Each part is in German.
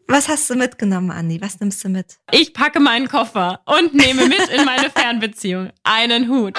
Was hast du mitgenommen, Anni? Was nimmst du mit? Ich packe meinen Koffer und nehme mit in meine Fernbeziehung einen Hut.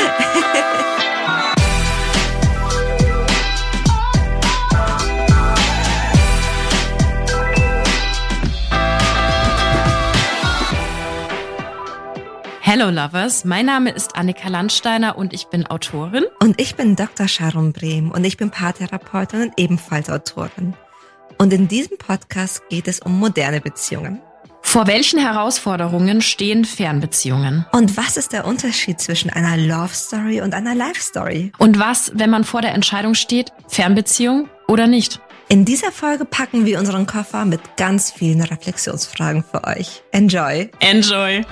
Hello Lovers, mein Name ist Annika Landsteiner und ich bin Autorin. Und ich bin Dr. Sharon Brehm und ich bin Paartherapeutin und ebenfalls Autorin. Und in diesem Podcast geht es um moderne Beziehungen. Vor welchen Herausforderungen stehen Fernbeziehungen? Und was ist der Unterschied zwischen einer Love Story und einer Life Story? Und was, wenn man vor der Entscheidung steht, Fernbeziehung oder nicht? In dieser Folge packen wir unseren Koffer mit ganz vielen Reflexionsfragen für euch. Enjoy! Enjoy!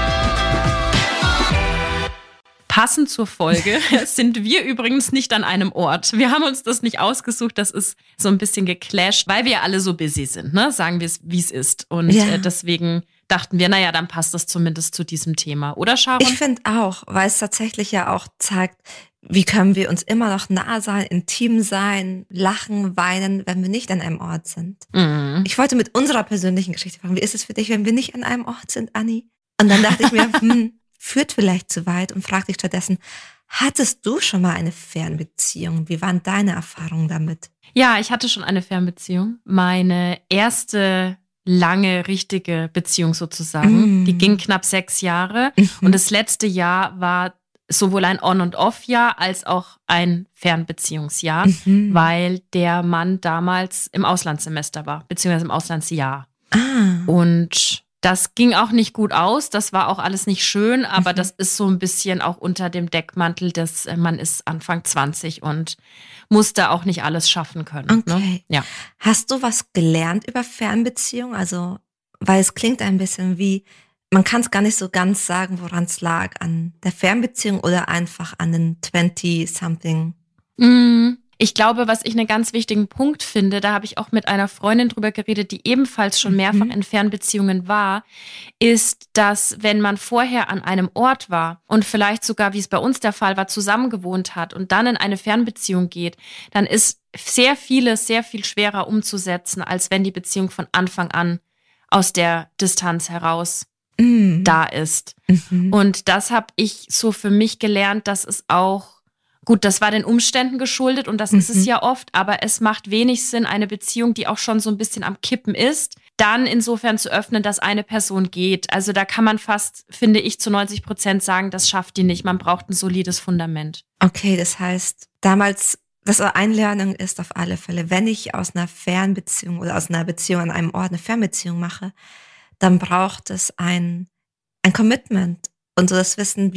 Passend zur Folge sind wir übrigens nicht an einem Ort. Wir haben uns das nicht ausgesucht, das ist so ein bisschen geclasht, weil wir alle so busy sind, ne? Sagen wir es, wie es ist. Und deswegen dachten wir, naja, dann passt das zumindest zu diesem Thema. Oder, Sharon? Ich finde auch, weil es tatsächlich ja auch zeigt, wie können wir uns immer noch nah sein, intim sein, lachen, weinen, wenn wir nicht an einem Ort sind. Mhm. Ich wollte mit unserer persönlichen Geschichte fragen, wie ist es für dich, wenn wir nicht an einem Ort sind, Anni? Und dann dachte ich mir, führt vielleicht zu weit und frag dich stattdessen, hattest du schon mal eine Fernbeziehung? Wie waren deine Erfahrungen damit? Ja, ich hatte schon eine Fernbeziehung. Meine erste lange, richtige Beziehung sozusagen. Die ging knapp 6 Jahre. Und das letzte Jahr war sowohl ein On- und Off-Jahr als auch ein Fernbeziehungsjahr, weil der Mann damals im Auslandssemester war, beziehungsweise im Auslandsjahr. Und das ging auch nicht gut aus, das war auch alles nicht schön, aber das ist so ein bisschen auch unter dem Deckmantel, dass man ist Anfang 20 und musste auch nicht alles schaffen können. Okay. Ne? Ja. Hast du was gelernt über Fernbeziehung? Also, weil es klingt ein bisschen wie, man kann es gar nicht so ganz sagen, woran es lag, an der Fernbeziehung oder einfach an den 20-something. Ich glaube, was ich einen ganz wichtigen Punkt finde, da habe ich auch mit einer Freundin drüber geredet, die ebenfalls schon mehrfach in Fernbeziehungen war, ist, dass wenn man vorher an einem Ort war und vielleicht sogar, wie es bei uns der Fall war, zusammengewohnt hat und dann in eine Fernbeziehung geht, dann ist sehr vieles sehr viel schwerer umzusetzen, als wenn die Beziehung von Anfang an aus der Distanz heraus da ist. Und das habe ich so für mich gelernt, dass es auch gut, das war den Umständen geschuldet und das ist es ja oft, aber es macht wenig Sinn, eine Beziehung, die auch schon so ein bisschen am Kippen ist, dann insofern zu öffnen, dass eine Person geht. Also da kann man fast, finde ich, zu 90% sagen, das schafft die nicht. Man braucht ein solides Fundament. Okay, das heißt, damals, das Einlernen ist auf alle Fälle, wenn ich aus einer Fernbeziehung oder aus einer Beziehung an einem Ort eine Fernbeziehung mache, dann braucht es ein Commitment. Und so das Wissen,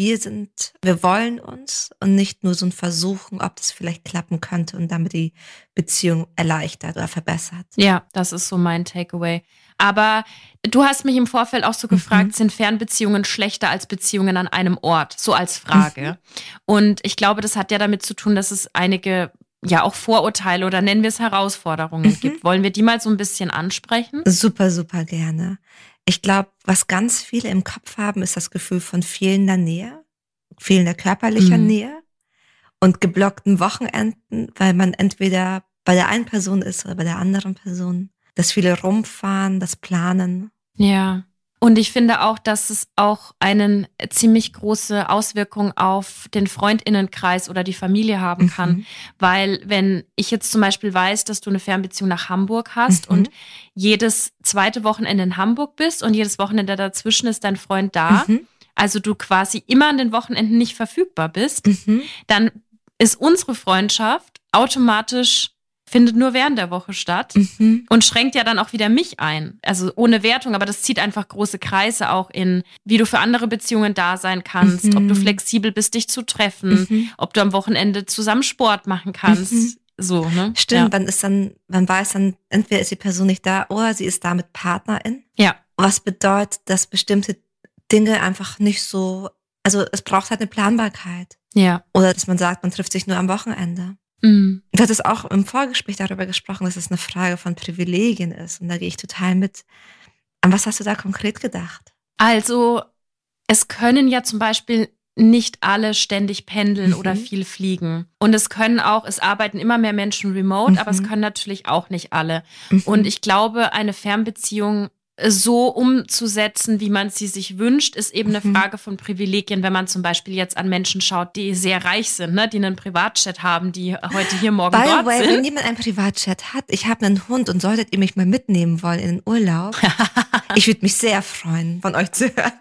wir wollen uns und nicht nur so ein Versuchen, ob das vielleicht klappen könnte und damit die Beziehung erleichtert oder verbessert. Ja, das ist so mein Takeaway. Aber du hast mich im Vorfeld auch so gefragt, sind Fernbeziehungen schlechter als Beziehungen an einem Ort? So als Frage. Und ich glaube, das hat ja damit zu tun, dass es einige, ja auch Vorurteile oder nennen wir es Herausforderungen gibt. Wollen wir die mal so ein bisschen ansprechen? Super, super gerne. Ich glaube, was ganz viele im Kopf haben, ist das Gefühl von fehlender Nähe, fehlender körperlicher Nähe und geblockten Wochenenden, weil man entweder bei der einen Person ist oder bei der anderen Person. Das viele rumfahren, das Planen. Ja. Und ich finde auch, dass es auch eine ziemlich große Auswirkung auf den FreundInnenkreis oder die Familie haben kann. Weil wenn ich jetzt zum Beispiel weiß, dass du eine Fernbeziehung nach Hamburg hast und jedes zweite Wochenende in Hamburg bist und jedes Wochenende dazwischen ist dein Freund da, also du quasi immer an den Wochenenden nicht verfügbar bist, dann ist unsere Freundschaft automatisch findet nur während der Woche statt und schränkt ja dann auch wieder mich ein. Also ohne Wertung, aber das zieht einfach große Kreise auch in, wie du für andere Beziehungen da sein kannst, ob du flexibel bist, dich zu treffen, ob du am Wochenende zusammen Sport machen kannst. So, ne? Stimmt, man weiß dann, entweder ist die Person nicht da oder sie ist da mit Partnerin. Ja. Was bedeutet, dass bestimmte Dinge einfach nicht so, also es braucht halt eine Planbarkeit. Ja. Oder dass man sagt, man trifft sich nur am Wochenende. Du hattest auch im Vorgespräch darüber gesprochen, dass es eine Frage von Privilegien ist. Und da gehe ich total mit. An was hast du da konkret gedacht? Also es können ja zum Beispiel nicht alle ständig pendeln oder viel fliegen. Und es arbeiten immer mehr Menschen remote, aber es können natürlich auch nicht alle. Und ich glaube, eine Fernbeziehung so umzusetzen, wie man sie sich wünscht, ist eben eine Frage von Privilegien, wenn man zum Beispiel jetzt an Menschen schaut, die sehr reich sind, ne? Die einen Privatjet haben, die heute hier, morgen dort sind. Wenn jemand einen Privatjet hat, ich habe einen Hund und solltet ihr mich mal mitnehmen wollen in den Urlaub, ich würde mich sehr freuen, von euch zu hören.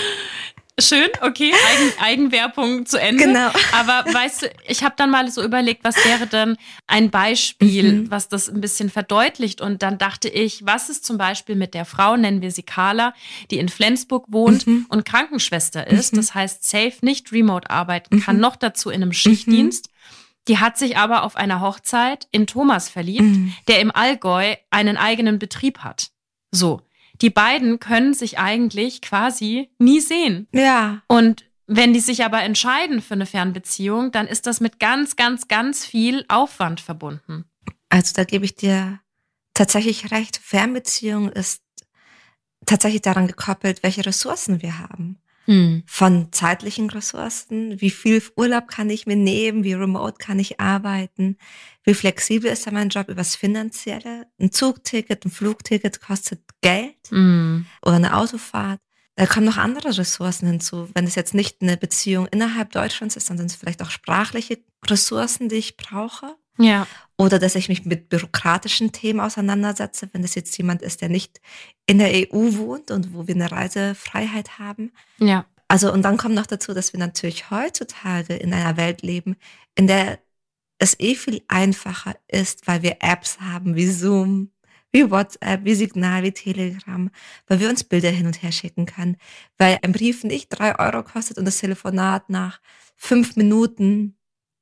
Schön, okay, Eigenwerbung zu Ende. Genau. Aber weißt du, ich habe dann mal so überlegt, was wäre denn ein Beispiel, was das ein bisschen verdeutlicht. Und dann dachte ich, was ist zum Beispiel mit der Frau, nennen wir sie Carla, die in Flensburg wohnt und Krankenschwester ist. Das heißt, safe nicht remote arbeiten kann, noch dazu in einem Schichtdienst. Die hat sich aber auf einer Hochzeit in Thomas verliebt, der im Allgäu einen eigenen Betrieb hat. So. Die beiden können sich eigentlich quasi nie sehen. Ja. Und wenn die sich aber entscheiden für eine Fernbeziehung, dann ist das mit ganz, ganz, ganz viel Aufwand verbunden. Also da gebe ich dir tatsächlich recht. Fernbeziehung ist tatsächlich daran gekoppelt, welche Ressourcen wir haben. Von zeitlichen Ressourcen, wie viel Urlaub kann ich mir nehmen, wie remote kann ich arbeiten, wie flexibel ist da mein Job übers Finanzielle. Ein Zugticket, ein Flugticket kostet Geld oder eine Autofahrt. Da kommen noch andere Ressourcen hinzu. Wenn es jetzt nicht eine Beziehung innerhalb Deutschlands ist, dann sind es vielleicht auch sprachliche Ressourcen, die ich brauche. Ja. Oder dass ich mich mit bürokratischen Themen auseinandersetze, wenn das jetzt jemand ist, der nicht in der EU wohnt und wo wir eine Reisefreiheit haben. Ja. Also, und dann kommt noch dazu, dass wir natürlich heutzutage in einer Welt leben, in der es viel einfacher ist, weil wir Apps haben wie Zoom, wie WhatsApp, wie Signal, wie Telegram, weil wir uns Bilder hin und her schicken können, weil ein Brief nicht 3 Euro kostet und das Telefonat nach 5 Minuten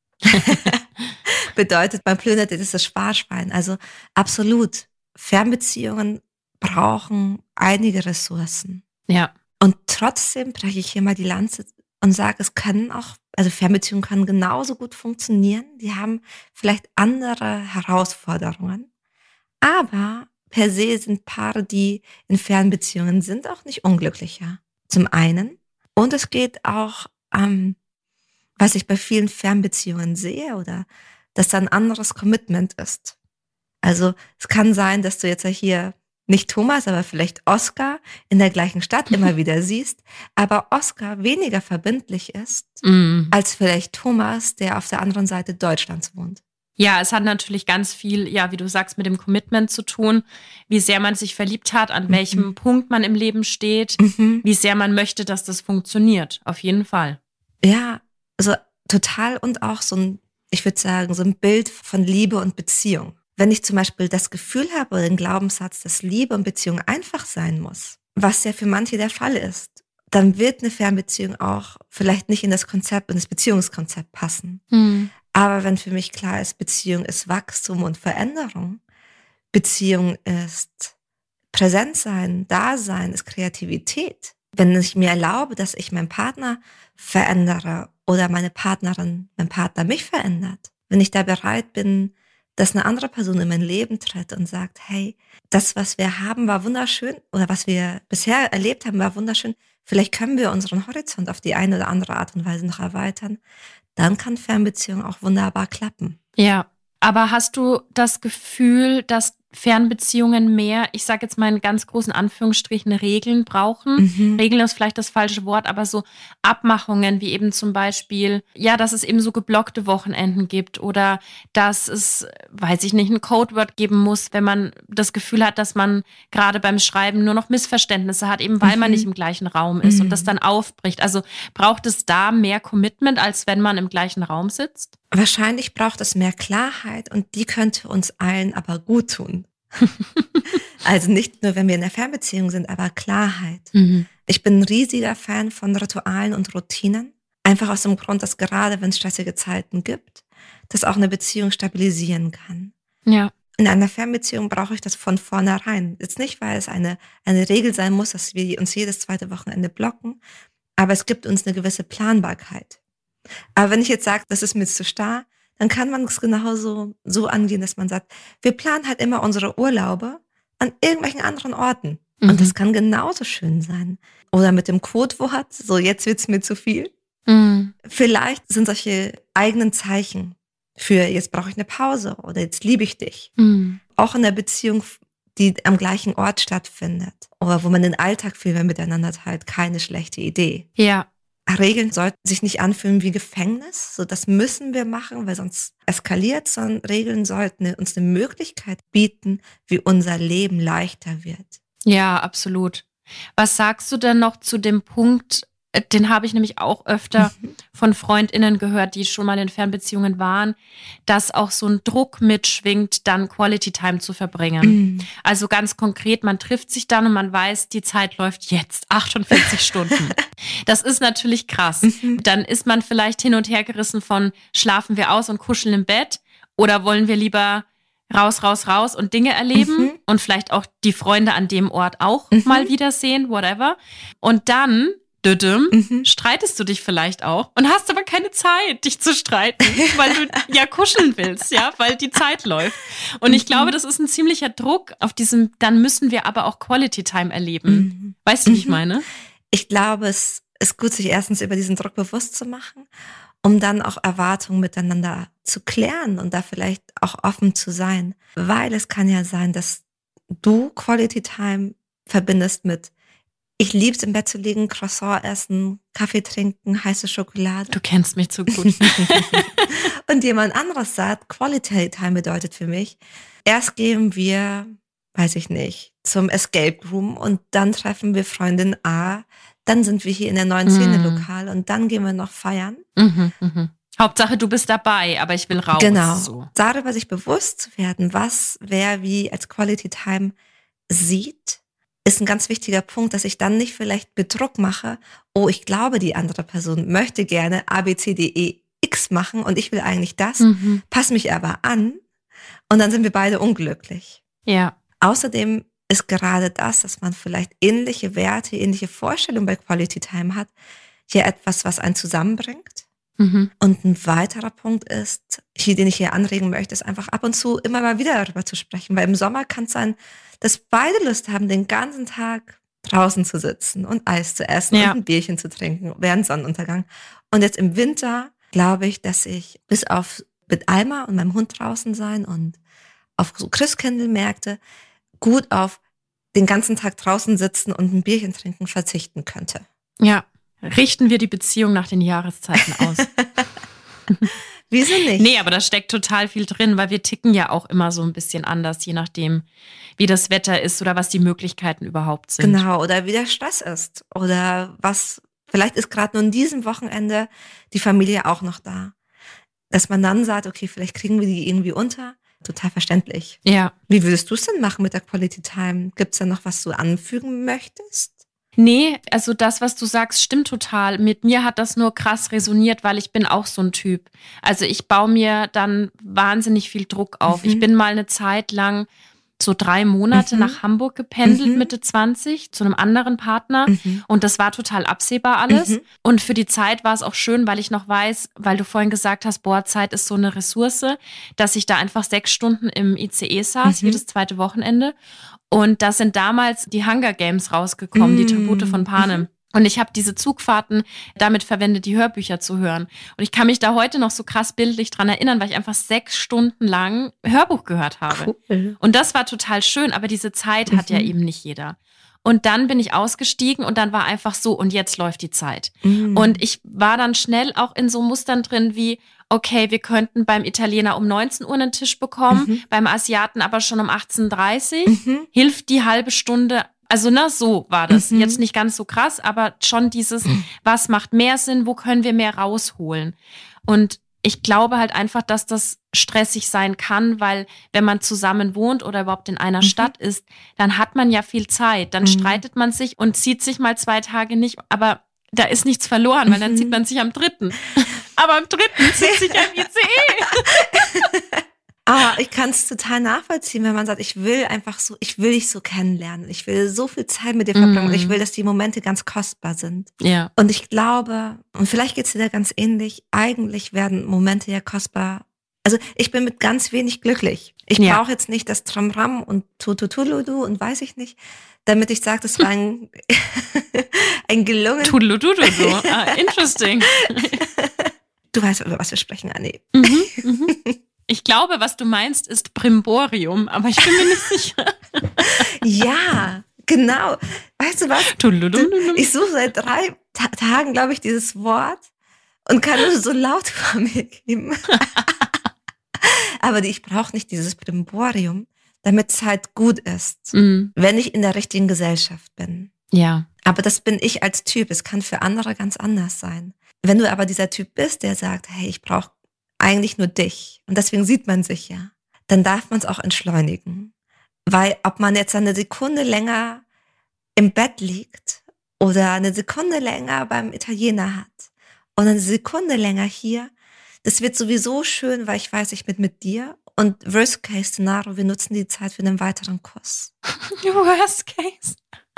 bedeutet, man plündert das Sparschwein. Also absolut, Fernbeziehungen brauchen einige Ressourcen. Ja. Und trotzdem breche ich hier mal die Lanze und sage, es können auch, also Fernbeziehungen können genauso gut funktionieren. Die haben vielleicht andere Herausforderungen. Aber per se sind Paare, die in Fernbeziehungen sind, auch nicht unglücklicher. Zum einen. Und es geht auch, was ich bei vielen Fernbeziehungen sehe, oder dass da ein anderes Commitment ist. Also es kann sein, dass du jetzt hier nicht Thomas, aber vielleicht Oskar in der gleichen Stadt immer wieder siehst, aber Oskar weniger verbindlich ist, als vielleicht Thomas, der auf der anderen Seite Deutschlands wohnt. Ja, es hat natürlich ganz viel, ja, wie du sagst, mit dem Commitment zu tun, wie sehr man sich verliebt hat, an welchem Punkt man im Leben steht, wie sehr man möchte, dass das funktioniert. Auf jeden Fall. Ja, also total, und auch so ein, ich würde sagen, so ein Bild von Liebe und Beziehung. Wenn ich zum Beispiel das Gefühl habe oder den Glaubenssatz, dass Liebe und Beziehung einfach sein muss, was ja für manche der Fall ist, dann wird eine Fernbeziehung auch vielleicht nicht in das Konzept, in das Beziehungskonzept passen. Aber wenn für mich klar ist, Beziehung ist Wachstum und Veränderung, Beziehung ist Präsentsein, Dasein, ist Kreativität. Wenn ich mir erlaube, dass ich meinen Partner verändere oder meine Partnerin, mein Partner mich verändert, wenn ich da bereit bin, dass eine andere Person in mein Leben tritt und sagt, hey, das, was wir haben, war wunderschön, oder was wir bisher erlebt haben, war wunderschön. Vielleicht können wir unseren Horizont auf die eine oder andere Art und Weise noch erweitern. Dann kann Fernbeziehung auch wunderbar klappen. Ja, aber hast du das Gefühl, dass Fernbeziehungen mehr, ich sage jetzt mal in ganz großen Anführungsstrichen, Regeln brauchen? Regeln ist vielleicht das falsche Wort, aber so Abmachungen wie eben zum Beispiel, ja, dass es eben so geblockte Wochenenden gibt oder dass es, weiß ich nicht, ein Codewort geben muss, wenn man das Gefühl hat, dass man gerade beim Schreiben nur noch Missverständnisse hat, eben weil man nicht im gleichen Raum ist und das dann aufbricht. Also braucht es da mehr Commitment, als wenn man im gleichen Raum sitzt? Wahrscheinlich braucht es mehr Klarheit, und die könnte uns allen aber gut tun. Also nicht nur, wenn wir in der Fernbeziehung sind, aber Klarheit. Ich bin ein riesiger Fan von Ritualen und Routinen. Einfach aus dem Grund, dass gerade wenn es stressige Zeiten gibt, das auch eine Beziehung stabilisieren kann. Ja. In einer Fernbeziehung brauche ich das von vornherein. Jetzt nicht, weil es eine Regel sein muss, dass wir uns jedes zweite Wochenende blocken, aber es gibt uns eine gewisse Planbarkeit. Aber wenn ich jetzt sage, das ist mir zu starr, dann kann man es genauso so angehen, dass man sagt, wir planen halt immer unsere Urlaube an irgendwelchen anderen Orten. Und das kann genauso schön sein. Oder mit dem Codewort, so jetzt wird's mir zu viel. Mhm. Vielleicht sind solche eigenen Zeichen für jetzt brauche ich eine Pause oder jetzt liebe ich dich. Mhm. Auch in der Beziehung, die am gleichen Ort stattfindet oder wo man den Alltag viel mehr miteinander teilt, keine schlechte Idee. Ja. Regeln sollten sich nicht anfühlen wie Gefängnis, so das müssen wir machen, weil sonst eskaliert, sondern Regeln sollten uns eine Möglichkeit bieten, wie unser Leben leichter wird. Ja, absolut. Was sagst du denn noch zu dem Punkt, den habe ich nämlich auch öfter von FreundInnen gehört, die schon mal in Fernbeziehungen waren, dass auch so ein Druck mitschwingt, dann Quality Time zu verbringen. Also ganz konkret, man trifft sich dann und man weiß, die Zeit läuft jetzt, 48 Stunden. Das ist natürlich krass. Dann ist man vielleicht hin und her gerissen von schlafen wir aus und kuscheln im Bett oder wollen wir lieber raus und Dinge erleben und vielleicht auch die Freunde an dem Ort auch mal wiedersehen, whatever. Und dann streitest du dich vielleicht auch und hast aber keine Zeit, dich zu streiten, weil du ja kuscheln willst, ja, weil die Zeit läuft. Und ich glaube, das ist ein ziemlicher Druck auf diesem, dann müssen wir aber auch Quality Time erleben. Weißt du, wie ich meine? Ich glaube, es ist gut, sich erstens über diesen Druck bewusst zu machen, um dann auch Erwartungen miteinander zu klären und da vielleicht auch offen zu sein. Weil es kann ja sein, dass du Quality Time verbindest mit ich liebe es, im Bett zu liegen, Croissant essen, Kaffee trinken, heiße Schokolade. Du kennst mich zu gut. Und jemand anderes sagt, Quality Time bedeutet für mich, erst gehen wir, weiß ich nicht, zum Escape Room und dann treffen wir Freundin A, dann sind wir hier in der neuen Szene-Lokal und dann gehen wir noch feiern. Hauptsache, du bist dabei, aber ich will raus. Genau. So. Darüber sich bewusst zu werden, was wer wie als Quality Time sieht, ist ein ganz wichtiger Punkt, dass ich dann nicht vielleicht Betrug mache, oh, ich glaube, die andere Person möchte gerne A, B, C, D, E, X machen und ich will eigentlich das, passe mich aber an und dann sind wir beide unglücklich. Ja. Außerdem ist gerade das, dass man vielleicht ähnliche Werte, ähnliche Vorstellungen bei Quality Time hat, hier etwas, was einen zusammenbringt. Und ein weiterer Punkt ist, den ich hier anregen möchte, ist einfach ab und zu immer mal wieder darüber zu sprechen, weil im Sommer kann es sein, dass beide Lust haben, den ganzen Tag draußen zu sitzen und Eis zu essen und ein Bierchen zu trinken während Sonnenuntergang. Und jetzt im Winter glaube ich, dass ich bis auf mit Alma und meinem Hund draußen sein und auf so Christkindlmärkte gut auf den ganzen Tag draußen sitzen und ein Bierchen trinken verzichten könnte. Ja. Richten wir die Beziehung nach den Jahreszeiten aus. Wieso nicht? Nee, aber da steckt total viel drin, weil wir ticken ja auch immer so ein bisschen anders, je nachdem, wie das Wetter ist oder was die Möglichkeiten überhaupt sind. Genau, oder wie der Stress ist. Oder was, vielleicht ist gerade nur in diesem Wochenende die Familie auch noch da. Dass man dann sagt, okay, vielleicht kriegen wir die irgendwie unter. Total verständlich. Ja. Wie würdest du es denn machen mit der Quality Time? Gibt es da noch was du anfügen möchtest? Nee, also das, was du sagst, stimmt total. Mit mir hat das nur krass resoniert, weil ich bin auch so ein Typ. Also ich baue mir dann wahnsinnig viel Druck auf. Ich bin mal eine Zeit lang so 3 Monate nach Hamburg gependelt, Mitte 20, zu einem anderen Partner. Und das war total absehbar alles. Und für die Zeit war es auch schön, weil ich noch weiß, weil du vorhin gesagt hast, boah, Zeit ist so eine Ressource, dass ich da einfach 6 Stunden im ICE saß, jedes zweite Wochenende. Und da sind damals die Hunger Games rausgekommen, die Tribute von Panem. Und ich habe diese Zugfahrten damit verwendet, die Hörbücher zu hören. Und ich kann mich da heute noch so krass bildlich dran erinnern, weil ich einfach 6 Stunden lang Hörbuch gehört habe. Cool. Und das war total schön, aber diese Zeit hat ja eben nicht jeder. Und dann bin ich ausgestiegen und dann war einfach so, und jetzt läuft die Zeit. Und ich war dann schnell auch in so Mustern drin wie, okay, wir könnten beim Italiener um 19 Uhr einen Tisch bekommen, beim Asiaten aber schon um 18:30 Uhr. Hilft die halbe Stunde. Also, so war das. Jetzt nicht ganz so krass, aber schon dieses, was macht mehr Sinn, wo können wir mehr rausholen? Und ich glaube halt einfach, dass das stressig sein kann, weil wenn man zusammen wohnt oder überhaupt in einer Stadt ist, dann hat man ja viel Zeit. Dann streitet man sich und sieht sich mal 2 Tage nicht, aber da ist nichts verloren, weil dann sieht man sich am 3. Aber am 3. zieht sich ja im ICE. Ich kann es total nachvollziehen, wenn man sagt, ich will dich so kennenlernen. Ich will so viel Zeit mit dir verbringen und ich will, dass die Momente ganz kostbar sind. Ja. Und ich glaube, und vielleicht geht es dir da ganz ähnlich, eigentlich werden Momente ja kostbar Also ich bin mit ganz wenig glücklich. Ich Ja. brauche jetzt nicht das Tramram und Tututuludu und weiß ich nicht, damit ich sage, das war ein gelungen... Tudelududu. Interesting. Du weißt, über was wir sprechen, Anni. Ich glaube, was du meinst, ist Brimborium, aber ich bin mir nicht sicher. Ja, genau. Weißt du was? Tudelududum. Ich suche seit 3 Tagen, glaube ich, dieses Wort und kann nur so laut vor mir geben. Aber ich brauche nicht dieses Brimborium, damit es halt gut ist, wenn ich in der richtigen Gesellschaft bin. Ja. Aber das bin ich als Typ. Es kann für andere ganz anders sein. Wenn du aber dieser Typ bist, der sagt, hey, ich brauche eigentlich nur dich und deswegen sieht man sich ja, dann darf man es auch entschleunigen. Weil ob man jetzt eine Sekunde länger im Bett liegt oder eine Sekunde länger beim Italiener hat oder eine Sekunde länger hier, das wird sowieso schön, weil ich weiß, ich bin mit dir. Und Worst-Case-Szenario, wir nutzen die Zeit für einen weiteren Kuss. Worst Case.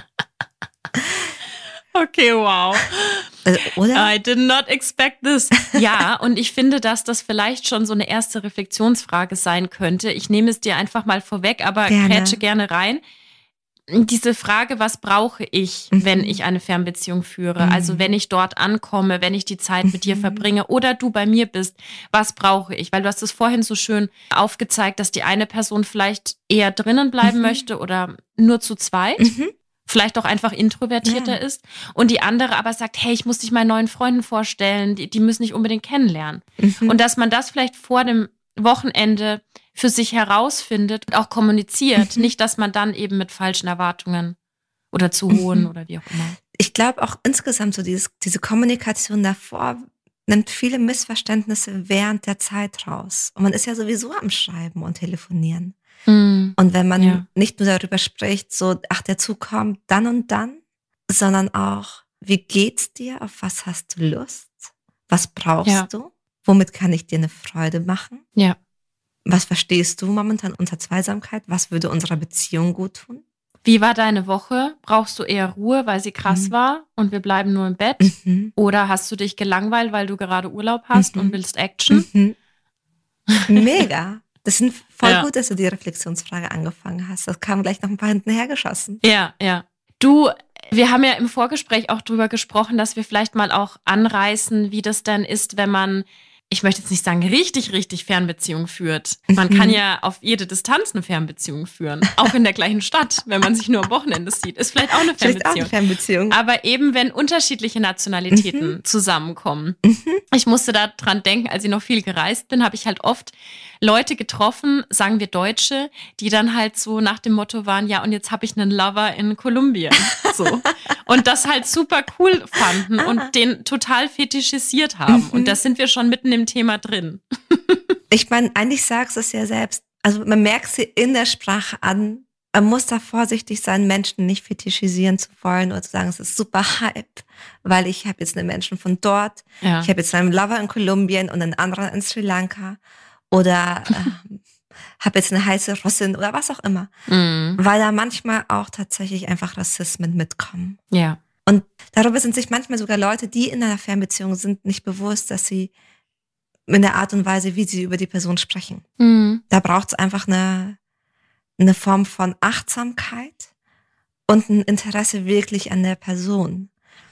Okay, wow. Oder? I did not expect this. Ja, und ich finde, dass das vielleicht schon so eine erste Reflexionsfrage sein könnte. Ich nehme es dir einfach mal vorweg, aber grätsche gerne rein. Diese Frage, was brauche ich, wenn ich eine Fernbeziehung führe? Also wenn ich dort ankomme, wenn ich die Zeit mit dir verbringe oder du bei mir bist, was brauche ich? Weil du hast es vorhin so schön aufgezeigt, dass die eine Person vielleicht eher drinnen bleiben möchte oder nur zu zweit. Vielleicht auch einfach introvertierter ist und die andere aber sagt, hey, ich muss dich meinen neuen Freunden vorstellen, die müssen dich unbedingt kennenlernen. Und dass man das vielleicht vor dem Wochenende für sich herausfindet und auch kommuniziert, nicht, dass man dann eben mit falschen Erwartungen oder zu hohen oder wie auch immer. Ich glaube auch insgesamt so diese Kommunikation davor nimmt viele Missverständnisse während der Zeit raus. Und man ist ja sowieso am Schreiben und Telefonieren. Und wenn man nicht nur darüber spricht, so, ach, der Zug kommt dann und dann, sondern auch, wie geht's dir? Auf was hast du Lust? Was brauchst du? Womit kann ich dir eine Freude machen? Ja. Was verstehst du momentan unter Zweisamkeit? Was würde unserer Beziehung gut tun? Wie war deine Woche? Brauchst du eher Ruhe, weil sie krass war und wir bleiben nur im Bett? Oder hast du dich gelangweilt, weil du gerade Urlaub hast und willst Action? Mega. Das ist voll gut, dass du die Reflexionsfrage angefangen hast. Das kam gleich noch ein paar hinten hergeschossen. Ja, ja. Du, wir haben ja im Vorgespräch auch drüber gesprochen, dass wir vielleicht mal auch anreißen, wie das dann ist, wenn man, ich möchte jetzt nicht sagen, richtig Fernbeziehung führt. Man kann ja auf jede Distanz eine Fernbeziehung führen. Auch in der gleichen Stadt, wenn man sich nur am Wochenende sieht. Ist vielleicht auch eine Fernbeziehung. Aber eben, wenn unterschiedliche Nationalitäten zusammenkommen. Ich musste da dran denken, als ich noch viel gereist bin, habe ich halt oft Leute getroffen, sagen wir Deutsche, die dann halt so nach dem Motto waren, ja, und jetzt habe ich einen Lover in Kolumbien. So. Und das halt super cool fanden und den total fetischisiert haben. Und da sind wir schon mitten im Thema drin. Ich meine, eigentlich sagst du es ja selbst. Also man merkt sie in der Sprache an. Man muss da vorsichtig sein, Menschen nicht fetischisieren zu wollen oder zu sagen, es ist super Hype, weil ich habe jetzt einen Menschen von dort, ich habe jetzt einen Lover in Kolumbien und einen anderen in Sri Lanka oder habe jetzt eine heiße Russin oder was auch immer. Weil da manchmal auch tatsächlich einfach Rassismen mitkommen. Ja. Und darüber sind sich manchmal sogar Leute, die in einer Fernbeziehung sind, nicht bewusst, dass sie in der Art und Weise, wie sie über die Person sprechen. Da braucht es einfach eine Form von Achtsamkeit und ein Interesse wirklich an der Person.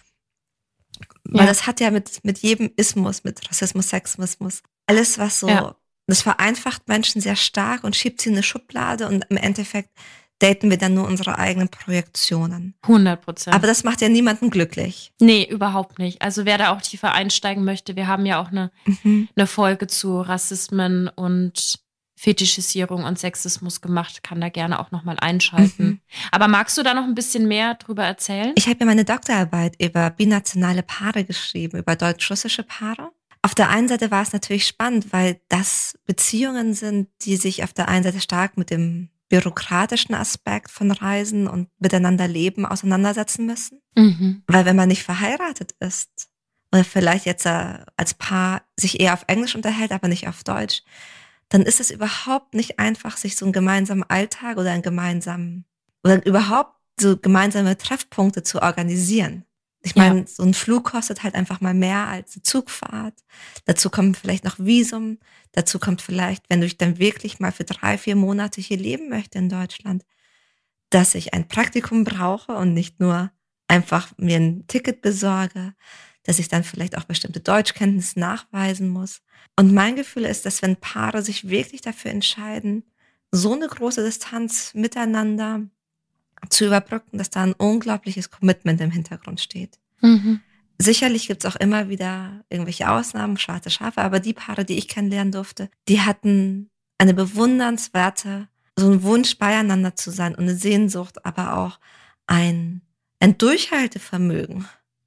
Weil das hat ja mit jedem Ismus, mit Rassismus, Sexismus, alles was so, das vereinfacht Menschen sehr stark und schiebt sie in eine Schublade und im Endeffekt daten wir dann nur unsere eigenen Projektionen. 100%. Aber das macht ja niemanden glücklich. Nee, überhaupt nicht. Also wer da auch tiefer einsteigen möchte, wir haben ja auch eine Folge zu Rassismen und Fetischisierung und Sexismus gemacht, kann da gerne auch nochmal einschalten. Aber magst du da noch ein bisschen mehr drüber erzählen? Ich habe ja meine Doktorarbeit über binationale Paare geschrieben, über deutsch-russische Paare. Auf der einen Seite war es natürlich spannend, weil das Beziehungen sind, die sich auf der einen Seite stark mit dem bürokratischen Aspekt von Reisen und miteinander leben auseinandersetzen müssen. Weil wenn man nicht verheiratet ist oder vielleicht jetzt als Paar sich eher auf Englisch unterhält, aber nicht auf Deutsch, dann ist es überhaupt nicht einfach, sich so einen gemeinsamen Alltag oder überhaupt so gemeinsame Treffpunkte zu organisieren. Ich Ja. meine, so ein Flug kostet halt einfach mal mehr als eine Zugfahrt. Dazu kommt vielleicht noch Visum. Dazu kommt vielleicht, wenn du dann wirklich mal für 3, 4 Monate hier leben möchte in Deutschland, dass ich ein Praktikum brauche und nicht nur einfach mir ein Ticket besorge, dass ich dann vielleicht auch bestimmte Deutschkenntnisse nachweisen muss. Und mein Gefühl ist, dass wenn Paare sich wirklich dafür entscheiden, so eine große Distanz miteinander zu überbrücken, dass da ein unglaubliches Commitment im Hintergrund steht. Mhm. Sicherlich gibt's auch immer wieder irgendwelche Ausnahmen, schwarze Schafe, aber die Paare, die ich kennenlernen durfte, die hatten eine bewundernswerte, so einen Wunsch beieinander zu sein und eine Sehnsucht, aber auch ein Durchhaltevermögen.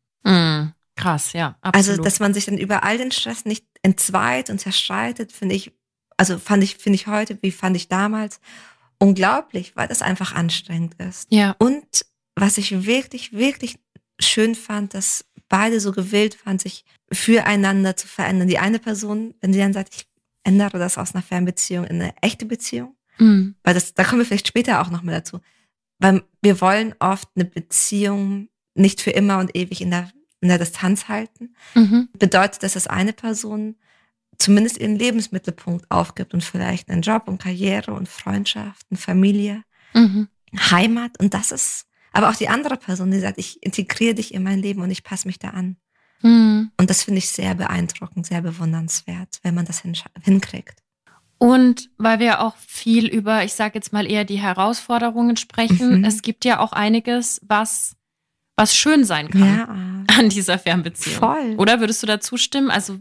Krass, ja, Also, absolut. dass man sich dann über all den Stress nicht entzweit und zerstreitet, finde ich, finde ich heute, wie fand ich damals, unglaublich, weil das einfach anstrengend ist. Ja. Und was ich wirklich, wirklich schön fand, dass beide so gewillt waren, sich füreinander zu verändern. Die eine Person, wenn sie dann sagt, ich ändere das aus einer Fernbeziehung in eine echte Beziehung, weil da kommen wir vielleicht später auch noch mal dazu, weil wir wollen oft eine Beziehung nicht für immer und ewig in der Distanz halten. Bedeutet, dass das eine Person zumindest ihren Lebensmittelpunkt aufgibt und vielleicht einen Job und Karriere und Freundschaften, Familie, Heimat. Und das ist aber auch die andere Person, die sagt, ich integriere dich in mein Leben und ich passe mich da an. Und das finde ich sehr beeindruckend, sehr bewundernswert, wenn man das hinkriegt. Und weil wir auch viel über, ich sage jetzt mal eher die Herausforderungen sprechen, es gibt ja auch einiges, was schön sein kann an dieser Fernbeziehung. Voll. Oder würdest du da zustimmen? Also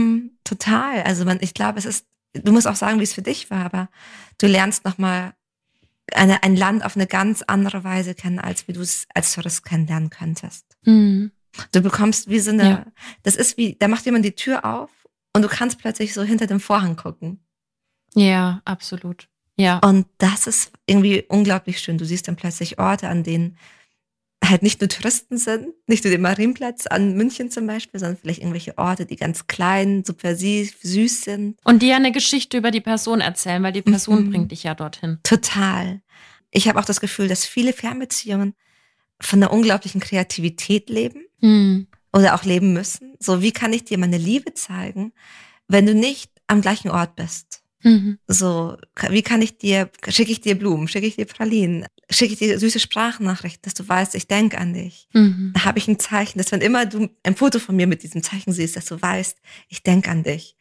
total. Also ich glaube, du musst auch sagen, wie es für dich war, aber du lernst nochmal ein Land auf eine ganz andere Weise kennen, als wie du es als Tourist kennenlernen könntest. Du bekommst wie so eine, das ist wie, da macht jemand die Tür auf und du kannst plötzlich so hinter dem Vorhang gucken. Ja, absolut. Ja. Und das ist irgendwie unglaublich schön. Du siehst dann plötzlich Orte, an denen halt nicht nur Touristen sind, nicht nur den Marienplatz an München zum Beispiel, sondern vielleicht irgendwelche Orte, die ganz klein, subversiv, süß sind. Und die ja eine Geschichte über die Person erzählen, weil die Person bringt dich ja dorthin. Total. Ich habe auch das Gefühl, dass viele Fernbeziehungen von einer unglaublichen Kreativität leben oder auch leben müssen. So, wie kann ich dir meine Liebe zeigen, wenn du nicht am gleichen Ort bist? So, wie schicke ich dir Blumen, schicke ich dir Pralinen, schicke ich dir süße Sprachnachrichten, dass du weißt, ich denke an dich. Da habe ich ein Zeichen, dass wenn immer du ein Foto von mir mit diesem Zeichen siehst, dass du weißt, ich denke an dich.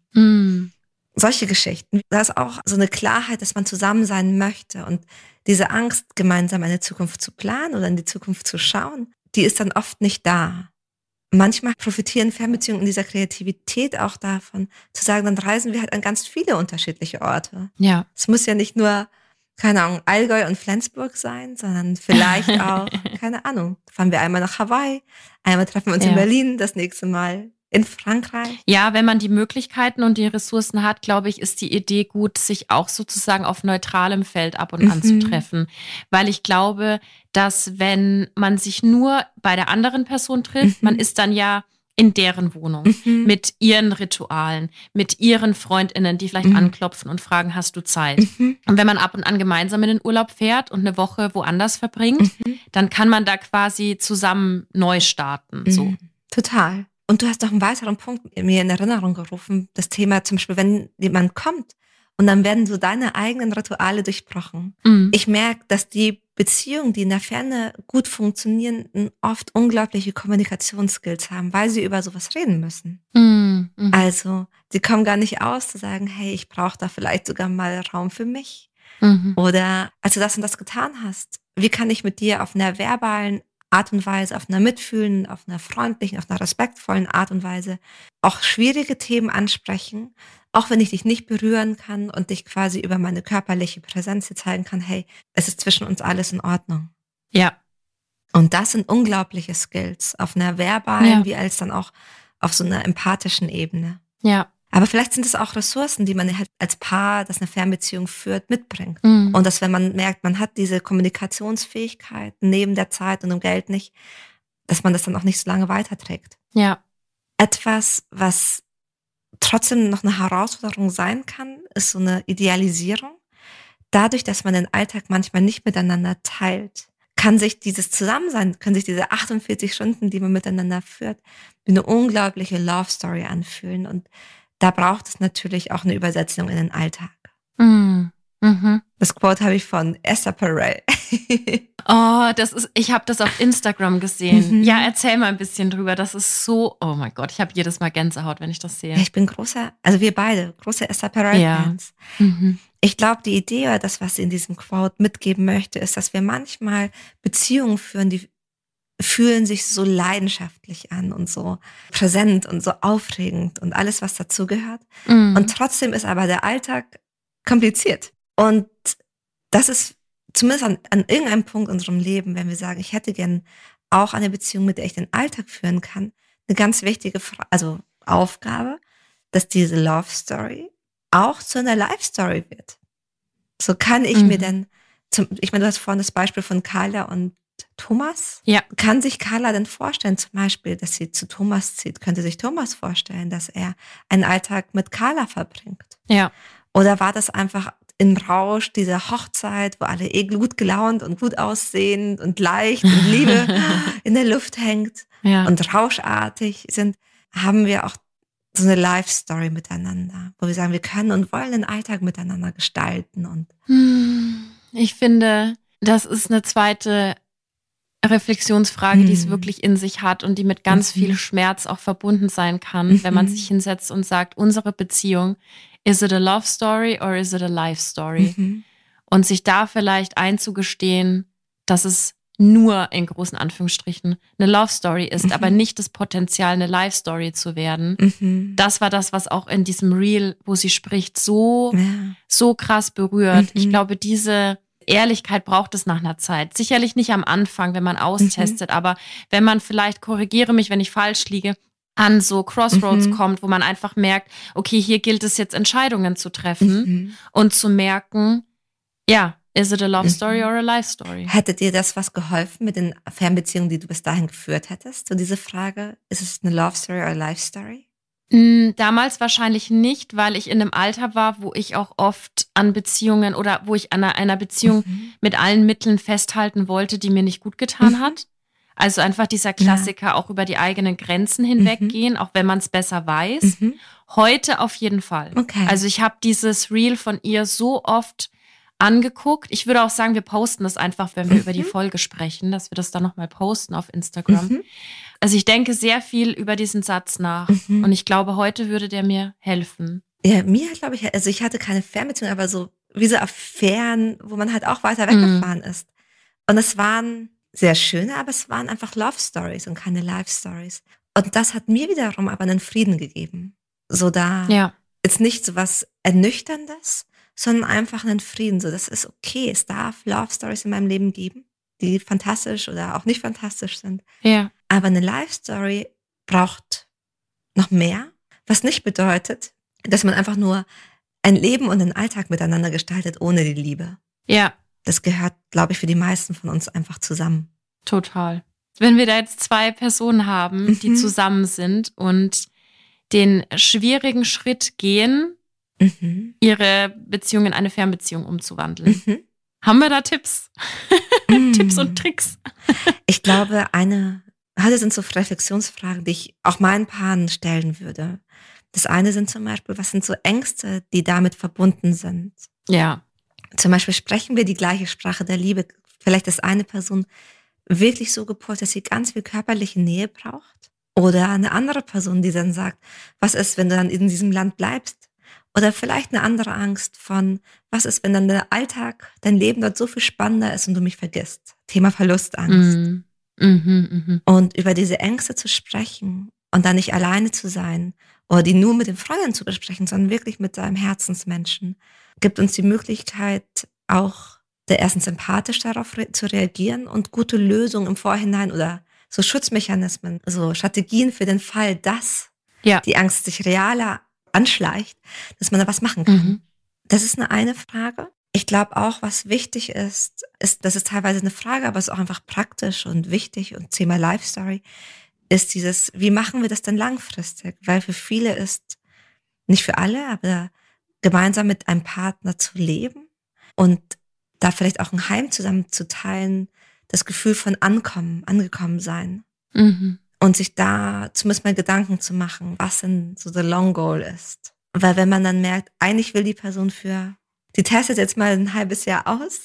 Solche Geschichten. Da ist auch so eine Klarheit, dass man zusammen sein möchte und diese Angst, gemeinsam eine Zukunft zu planen oder in die Zukunft zu schauen, die ist dann oft nicht da. Manchmal profitieren Fernbeziehungen in dieser Kreativität auch davon, zu sagen, dann reisen wir halt an ganz viele unterschiedliche Orte. Ja. Es muss ja nicht nur, keine Ahnung, Allgäu und Flensburg sein, sondern vielleicht auch, keine Ahnung, fahren wir einmal nach Hawaii, einmal treffen wir uns in Berlin, das nächste Mal in Frankreich. Ja, wenn man die Möglichkeiten und die Ressourcen hat, glaube ich, ist die Idee gut, sich auch sozusagen auf neutralem Feld ab und an zu treffen. Weil ich glaube, dass wenn man sich nur bei der anderen Person trifft, man ist dann ja in deren Wohnung mit ihren Ritualen, mit ihren FreundInnen, die vielleicht anklopfen und fragen, hast du Zeit? Und wenn man ab und an gemeinsam in den Urlaub fährt und eine Woche woanders verbringt, dann kann man da quasi zusammen neu starten. So. Total. Und du hast noch einen weiteren Punkt mir in Erinnerung gerufen, das Thema zum Beispiel, wenn jemand kommt und dann werden so deine eigenen Rituale durchbrochen. Ich merke, dass die Beziehungen, die in der Ferne gut funktionieren, oft unglaubliche Kommunikationsskills haben, weil sie über sowas reden müssen. Also, sie kommen gar nicht aus zu sagen, hey, ich brauche da vielleicht sogar mal Raum für mich. Oder als du das und das getan hast, wie kann ich mit dir auf einer verbalen Art und Weise, auf einer mitfühlenden, auf einer freundlichen, auf einer respektvollen Art und Weise auch schwierige Themen ansprechen, auch wenn ich dich nicht berühren kann und dich quasi über meine körperliche Präsenz hier zeigen kann, hey, es ist zwischen uns alles in Ordnung. Ja. Und das sind unglaubliche Skills auf einer verbalen, wie als dann auch auf so einer empathischen Ebene. Ja. Aber vielleicht sind es auch Ressourcen, die man halt als Paar, das eine Fernbeziehung führt, mitbringt. Und dass, wenn man merkt, man hat diese Kommunikationsfähigkeit neben der Zeit und dem Geld nicht, dass man das dann auch nicht so lange weiterträgt. Ja. Etwas, was trotzdem noch eine Herausforderung sein kann, ist so eine Idealisierung. Dadurch, dass man den Alltag manchmal nicht miteinander teilt, kann sich dieses Zusammensein, können sich diese 48 Stunden, die man miteinander führt, wie eine unglaubliche Love Story anfühlen. Und da braucht es natürlich auch eine Übersetzung in den Alltag. Mhm. Mhm. Das Quote habe ich von Esther Perel. Oh, ich habe das auf Instagram gesehen. Ja, erzähl mal ein bisschen drüber. Das ist so, oh mein Gott, ich habe jedes Mal Gänsehaut, wenn ich das sehe. Ja, ich bin wir beide, große Esther Perel-Fans. Ja. Mhm. Ich glaube, die Idee oder das, was sie in diesem Quote mitgeben möchte, ist, dass wir manchmal Beziehungen führen, die fühlen sich so leidenschaftlich an und so präsent und so aufregend und alles, was dazugehört. Mhm. Und trotzdem ist aber der Alltag kompliziert. Und das ist zumindest an irgendeinem Punkt in unserem Leben, wenn wir sagen, ich hätte gern auch eine Beziehung, mit der ich den Alltag führen kann, eine ganz wichtige Aufgabe, dass diese Love Story auch zu einer Life Story wird. So kann ich mir denn, ich meine, du hast vorhin das Beispiel von Carla und Thomas. Ja. Kann sich Carla denn vorstellen, zum Beispiel, dass sie zu Thomas zieht? Könnte sich Thomas vorstellen, dass er einen Alltag mit Carla verbringt? Ja. Oder war das einfach im Rausch dieser Hochzeit, wo alle gut gelaunt und gut aussehen und leicht und Liebe in der Luft hängt und rauschartig sind, haben wir auch so eine Life-Story miteinander, wo wir sagen, wir können und wollen den Alltag miteinander gestalten. Und ich finde, das ist eine zweite Reflexionsfrage, die es wirklich in sich hat und die mit ganz viel Schmerz auch verbunden sein kann, wenn man sich hinsetzt und sagt, unsere Beziehung, is it a love story or is it a life story? Und sich da vielleicht einzugestehen, dass es nur in großen Anführungsstrichen eine Love Story ist, aber nicht das Potenzial, eine Life Story zu werden. Das war das, was auch in diesem Reel, wo sie spricht, so krass berührt. Ich glaube, diese Ehrlichkeit braucht es nach einer Zeit. Sicherlich nicht am Anfang, wenn man austestet, aber wenn man vielleicht, korrigiere mich, wenn ich falsch liege, an so Crossroads kommt, wo man einfach merkt, okay, hier gilt es jetzt Entscheidungen zu treffen und zu merken, ja, is it a love story or a life story? Hätte dir das was geholfen mit den Fernbeziehungen, die du bis dahin geführt hättest? So diese Frage, ist es eine Love Story oder a Life Story? Damals wahrscheinlich nicht, weil ich in einem Alter war, wo ich auch oft an Beziehungen oder wo ich an einer Beziehung mit allen Mitteln festhalten wollte, die mir nicht gut getan hat. Also einfach dieser Klassiker, auch über die eigenen Grenzen hinweggehen, auch wenn man es besser weiß. Heute auf jeden Fall. Okay. Also ich habe dieses Reel von ihr so oft angeguckt. Ich würde auch sagen, wir posten das einfach, wenn wir über die Folge sprechen, dass wir das dann nochmal posten auf Instagram. Also ich denke sehr viel über diesen Satz nach und ich glaube, heute würde der mir helfen. Ja, mir glaube ich, also ich hatte keine Fernbeziehung, aber so wie so Affären, wo man halt auch weiter weggefahren ist. Und es waren sehr schöne, aber es waren einfach Love Stories und keine Life Stories. Und das hat mir wiederum aber einen Frieden gegeben. So da ist nicht so was Ernüchterndes, sondern einfach einen Frieden. So, das ist okay. Es darf Love Stories in meinem Leben geben, die fantastisch oder auch nicht fantastisch sind. Ja. Aber eine Life Story braucht noch mehr, was nicht bedeutet, dass man einfach nur ein Leben und einen Alltag miteinander gestaltet ohne die Liebe. Ja. Das gehört, glaube ich, für die meisten von uns einfach zusammen. Total. Wenn wir da jetzt zwei Personen haben, die zusammen sind und den schwierigen Schritt gehen, ihre Beziehung in eine Fernbeziehung umzuwandeln. Haben wir da Tipps? Tipps und Tricks? Ich glaube, das sind so Reflexionsfragen, die ich auch meinen Paaren stellen würde. Das eine sind zum Beispiel, was sind so Ängste, die damit verbunden sind? Ja. Zum Beispiel sprechen wir die gleiche Sprache der Liebe. Vielleicht ist eine Person wirklich so gepolt, dass sie ganz viel körperliche Nähe braucht. Oder eine andere Person, die dann sagt, was ist, wenn du dann in diesem Land bleibst? Oder vielleicht eine andere Angst von, was ist, wenn dann der Alltag, dein Leben dort so viel spannender ist und du mich vergisst? Thema Verlustangst. Und über diese Ängste zu sprechen und dann nicht alleine zu sein oder die nur mit den Freunden zu besprechen, sondern wirklich mit seinem Herzensmenschen, gibt uns die Möglichkeit, auch erstens empathisch darauf zu reagieren und gute Lösungen im Vorhinein oder so Schutzmechanismen, so Strategien für den Fall, dass die Angst sich realer anschleicht, dass man da was machen kann. Das ist eine Frage. Ich glaube auch, was wichtig ist, das ist teilweise eine Frage, aber es ist auch einfach praktisch und wichtig und Thema Life Story, ist dieses, wie machen wir das denn langfristig? Weil für viele ist, nicht für alle, aber gemeinsam mit einem Partner zu leben und da vielleicht auch ein Heim zusammen zu teilen, das Gefühl von angekommen sein. Mhm. Und sich da zumindest mal Gedanken zu machen, was denn so der Long Goal ist. Weil wenn man dann merkt, eigentlich will die Person die testet jetzt mal ein halbes Jahr aus,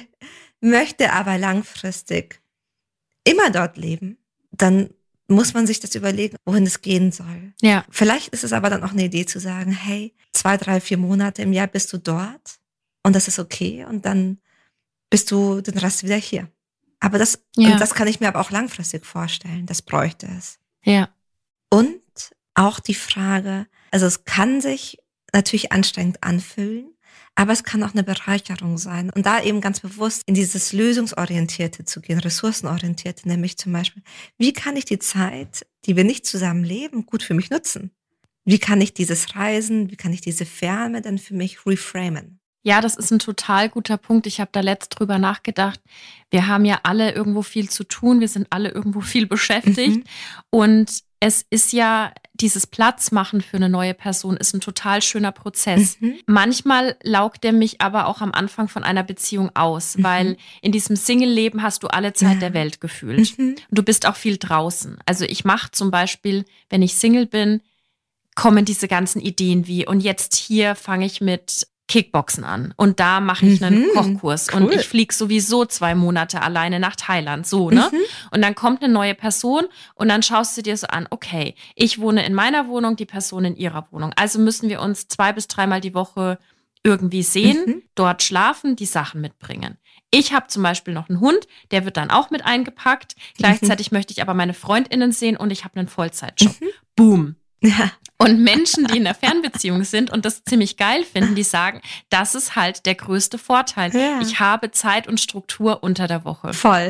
möchte aber langfristig immer dort leben, dann muss man sich das überlegen, wohin es gehen soll. Ja. Vielleicht ist es aber dann auch eine Idee zu sagen, hey, 2, 3, 4 Monate im Jahr bist du dort und das ist okay und dann bist du den Rest wieder hier. Aber das kann ich mir aber auch langfristig vorstellen. Das bräuchte es. Ja. Und auch die Frage, also es kann sich natürlich anstrengend anfühlen, aber es kann auch eine Bereicherung sein. Und da eben ganz bewusst in dieses Lösungsorientierte zu gehen, ressourcenorientierte, nämlich zum Beispiel, wie kann ich die Zeit, die wir nicht zusammen leben, gut für mich nutzen? Wie kann ich dieses Reisen, wie kann ich diese Ferne denn für mich reframen? Ja, das ist ein total guter Punkt. Ich habe da letzt drüber nachgedacht. Wir haben ja alle irgendwo viel zu tun. Wir sind alle irgendwo viel beschäftigt. Und es ist ja, dieses Platzmachen für eine neue Person ist ein total schöner Prozess. Manchmal laugt der mich aber auch am Anfang von einer Beziehung aus, weil in diesem Single-Leben hast du alle Zeit der Welt gefühlt. Du bist auch viel draußen. Also ich mache zum Beispiel, wenn ich Single bin, kommen diese ganzen Ideen wie, und jetzt hier fange ich mit Kickboxen an und da mache ich einen Kochkurs und ich fliege sowieso 2 Monate alleine nach Thailand, so, ne? Und dann kommt eine neue Person und dann schaust du dir so an, okay, ich wohne in meiner Wohnung, die Person in ihrer Wohnung. Also müssen wir uns 2 bis 3 Mal die Woche irgendwie sehen, dort schlafen, die Sachen mitbringen. Ich habe zum Beispiel noch einen Hund, der wird dann auch mit eingepackt. Gleichzeitig möchte ich aber meine FreundInnen sehen und ich habe einen Vollzeitjob. Boom. Ja. Und Menschen, die in einer Fernbeziehung sind und das ziemlich geil finden, die sagen, das ist halt der größte Vorteil. Ja. Ich habe Zeit und Struktur unter der Woche.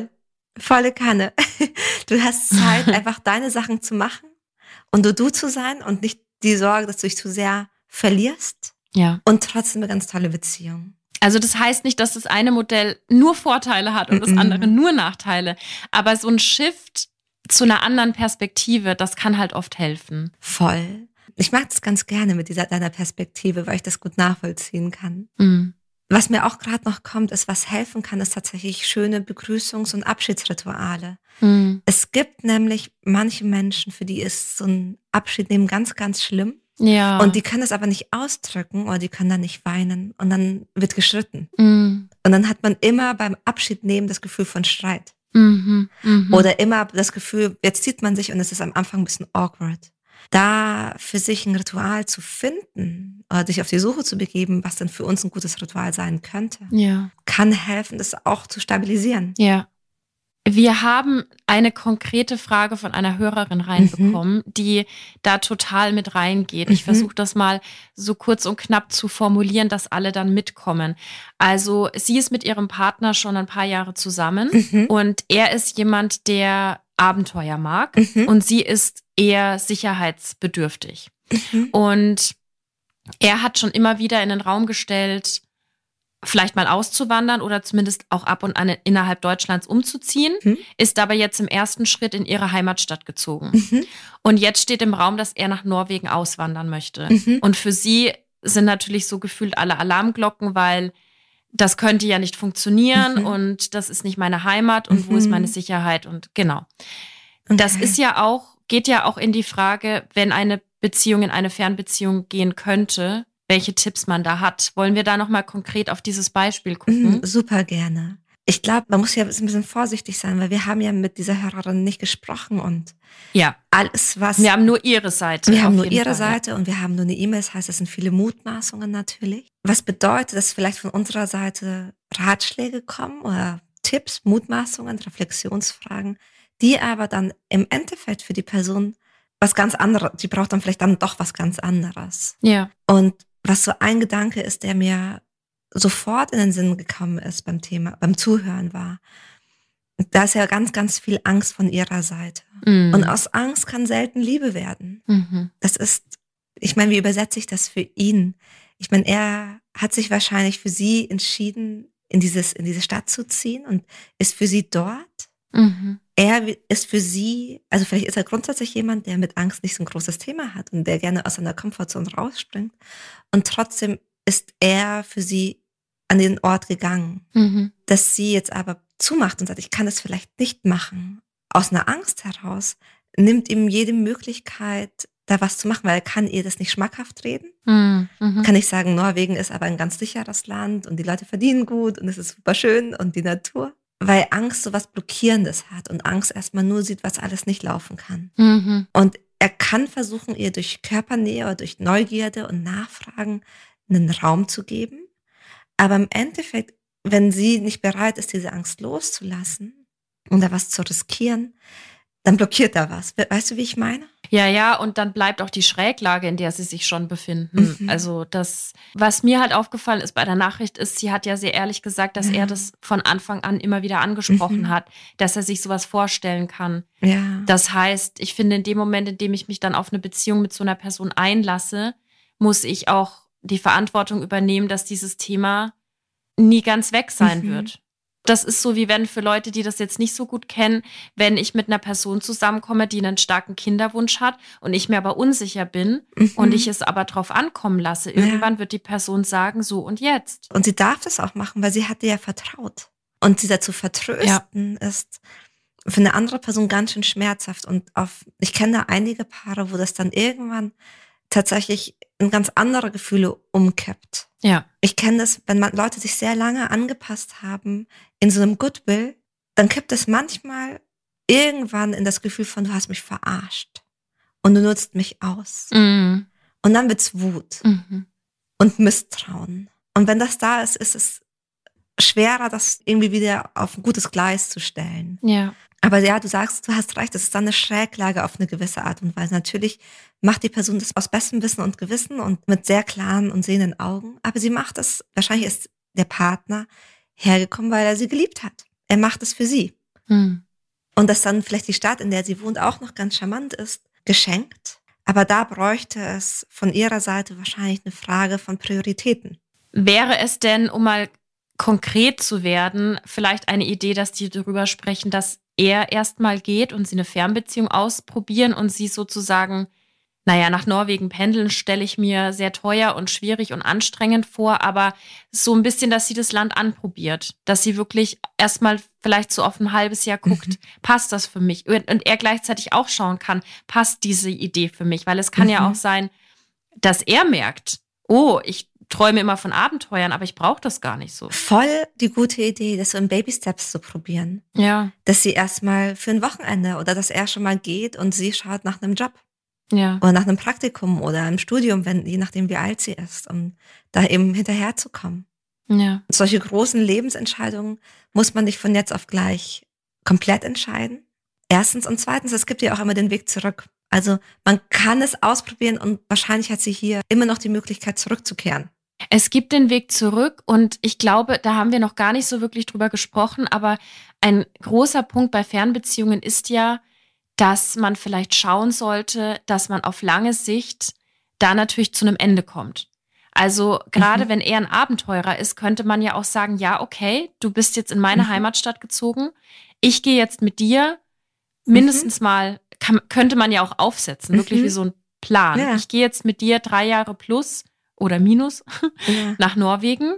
Volle Kanne. Du hast Zeit, einfach deine Sachen zu machen und du zu sein und nicht die Sorge, dass du dich zu sehr verlierst. Ja. Und trotzdem eine ganz tolle Beziehung. Also das heißt nicht, dass das eine Modell nur Vorteile hat und das andere nur Nachteile. Aber so ein Shift zu einer anderen Perspektive, das kann halt oft helfen. Voll. Ich mag das ganz gerne mit deiner Perspektive, weil ich das gut nachvollziehen kann. Was mir auch gerade noch kommt, ist, was helfen kann, ist tatsächlich schöne Begrüßungs- und Abschiedsrituale. Es gibt nämlich manche Menschen, für die ist so ein Abschied nehmen ganz, ganz schlimm. Ja. Und die können das aber nicht ausdrücken oder die können dann nicht weinen und dann wird gestritten. Und dann hat man immer beim Abschied nehmen das Gefühl von Streit. Oder immer das Gefühl, jetzt zieht man sich und es ist am Anfang ein bisschen awkward. Da für sich ein Ritual zu finden oder sich auf die Suche zu begeben, was dann für uns ein gutes Ritual sein könnte, kann helfen, das auch zu stabilisieren. Ja. Wir haben eine konkrete Frage von einer Hörerin reinbekommen, die da total mit reingeht. Ich versuche das mal so kurz und knapp zu formulieren, dass alle dann mitkommen. Also sie ist mit ihrem Partner schon ein paar Jahre zusammen und er ist jemand, der Abenteuer mag und sie ist eher sicherheitsbedürftig. Und er hat schon immer wieder in den Raum gestellt, vielleicht mal auszuwandern oder zumindest auch ab und an innerhalb Deutschlands umzuziehen, ist aber jetzt im ersten Schritt in ihre Heimatstadt gezogen. Und jetzt steht im Raum, dass er nach Norwegen auswandern möchte. Und für sie sind natürlich so gefühlt alle Alarmglocken, weil das könnte ja nicht funktionieren und das ist nicht meine Heimat und wo ist meine Sicherheit und genau. Okay. Das ist ja auch, geht ja auch in die Frage, wenn eine Beziehung in eine Fernbeziehung gehen könnte, welche Tipps man da hat. Wollen wir da nochmal konkret auf dieses Beispiel gucken? Super gerne. Ich glaube, man muss ja ein bisschen vorsichtig sein, weil wir haben ja mit dieser Hörerin nicht gesprochen und alles, was... Wir haben nur ihre Seite. Wir haben nur ihre Seite und wir haben nur eine E-Mail, das heißt, es sind viele Mutmaßungen natürlich. Was bedeutet, dass vielleicht von unserer Seite Ratschläge kommen oder Tipps, Mutmaßungen, Reflexionsfragen, die aber dann im Endeffekt für die Person was ganz anderes, die braucht dann vielleicht dann doch was ganz anderes. Ja. Und was so ein Gedanke ist, der mir sofort in den Sinn gekommen ist beim Zuhören war, da ist ja ganz, ganz viel Angst von ihrer Seite. Und aus Angst kann selten Liebe werden. Das ist, ich meine, wie übersetze ich das für ihn? Ich meine, er hat sich wahrscheinlich für sie entschieden, in diese Stadt zu ziehen und ist für sie dort. Er ist für sie, also vielleicht ist er grundsätzlich jemand, der mit Angst nicht so ein großes Thema hat und der gerne aus seiner Komfortzone rausspringt. Und trotzdem ist er für sie an den Ort gegangen, dass sie jetzt aber zumacht und sagt, ich kann es vielleicht nicht machen, aus einer Angst heraus, nimmt ihm jede Möglichkeit, da was zu machen, weil er kann ihr das nicht schmackhaft reden. Mhm. Kann ich sagen, Norwegen ist aber ein ganz sicheres Land und die Leute verdienen gut und es ist super schön und die Natur. Weil Angst so was Blockierendes hat und Angst erstmal nur sieht, was alles nicht laufen kann. Mhm. Und er kann versuchen, ihr durch Körpernähe oder durch Neugierde und Nachfragen einen Raum zu geben. Aber im Endeffekt, wenn sie nicht bereit ist, diese Angst loszulassen und da was zu riskieren, dann blockiert da was. Weißt du, wie ich meine? Ja, und dann bleibt auch die Schräglage, in der sie sich schon befinden. Mhm. Also das, was mir halt aufgefallen ist bei der Nachricht, ist, sie hat ja sehr ehrlich gesagt, dass er das von Anfang an immer wieder angesprochen hat, dass er sich sowas vorstellen kann. Ja. Das heißt, ich finde, in dem Moment, in dem ich mich dann auf eine Beziehung mit so einer Person einlasse, muss ich auch die Verantwortung übernehmen, dass dieses Thema nie ganz weg sein wird. Das ist so, wie wenn für Leute, die das jetzt nicht so gut kennen, wenn ich mit einer Person zusammenkomme, die einen starken Kinderwunsch hat und ich mir aber unsicher bin und ich es aber drauf ankommen lasse. Irgendwann wird die Person sagen, so und jetzt. Und sie darf das auch machen, weil sie hat dir ja vertraut. Und sie dazu vertrösten ist für eine andere Person ganz schön schmerzhaft. Und ich kenne da einige Paare, wo das dann irgendwann tatsächlich in ganz andere Gefühle umkippt. Ja. Ich kenne das, wenn Leute sich sehr lange angepasst haben in so einem Goodwill, dann kippt es manchmal irgendwann in das Gefühl von, du hast mich verarscht und du nutzt mich aus. Mhm. Und dann wird's Wut und Misstrauen. Und wenn das da ist, ist es schwerer, das irgendwie wieder auf ein gutes Gleis zu stellen. Ja. Aber ja, du sagst, du hast recht, das ist dann eine Schräglage auf eine gewisse Art und Weise. Natürlich macht die Person das aus bestem Wissen und Gewissen und mit sehr klaren und sehenden Augen. Aber sie macht das, wahrscheinlich ist der Partner hergekommen, weil er sie geliebt hat. Er macht es für sie. Mhm. Und dass dann vielleicht die Stadt, in der sie wohnt, auch noch ganz charmant ist, geschenkt. Aber da bräuchte es von ihrer Seite wahrscheinlich eine Frage von Prioritäten. Wäre es denn, um mal konkret zu werden, vielleicht eine Idee, dass die darüber sprechen, dass er erstmal geht und sie eine Fernbeziehung ausprobieren und sie sozusagen, nach Norwegen pendeln stelle ich mir sehr teuer und schwierig und anstrengend vor, aber so ein bisschen, dass sie das Land anprobiert, dass sie wirklich erstmal vielleicht so auf ein halbes Jahr guckt, passt das für mich? Und er gleichzeitig auch schauen kann, passt diese Idee für mich? Weil es kann ja auch sein, dass er merkt, oh, ich träume immer von Abenteuern, aber ich brauche das gar nicht so. Voll die gute Idee, das so in Baby-Steps zu probieren. Ja. Dass sie erstmal für ein Wochenende oder dass er schon mal geht und sie schaut nach einem Job. Ja. Oder nach einem Praktikum oder einem Studium, je nachdem wie alt sie ist, um da eben hinterherzukommen. Ja. Solche großen Lebensentscheidungen muss man nicht von jetzt auf gleich komplett entscheiden. Erstens und zweitens, es gibt ja auch immer den Weg zurück. Also man kann es ausprobieren und wahrscheinlich hat sie hier immer noch die Möglichkeit zurückzukehren. Es gibt den Weg zurück und ich glaube, da haben wir noch gar nicht so wirklich drüber gesprochen, aber ein großer Punkt bei Fernbeziehungen ist ja, dass man vielleicht schauen sollte, dass man auf lange Sicht da natürlich zu einem Ende kommt. Also gerade wenn er ein Abenteurer ist, könnte man ja auch sagen, ja, okay, du bist jetzt in meine Heimatstadt gezogen, ich gehe jetzt mit dir mindestens mal, könnte man ja auch aufsetzen, wirklich wie so ein Plan. Ja. Ich gehe jetzt mit dir 3 Jahre plus oder minus nach Norwegen,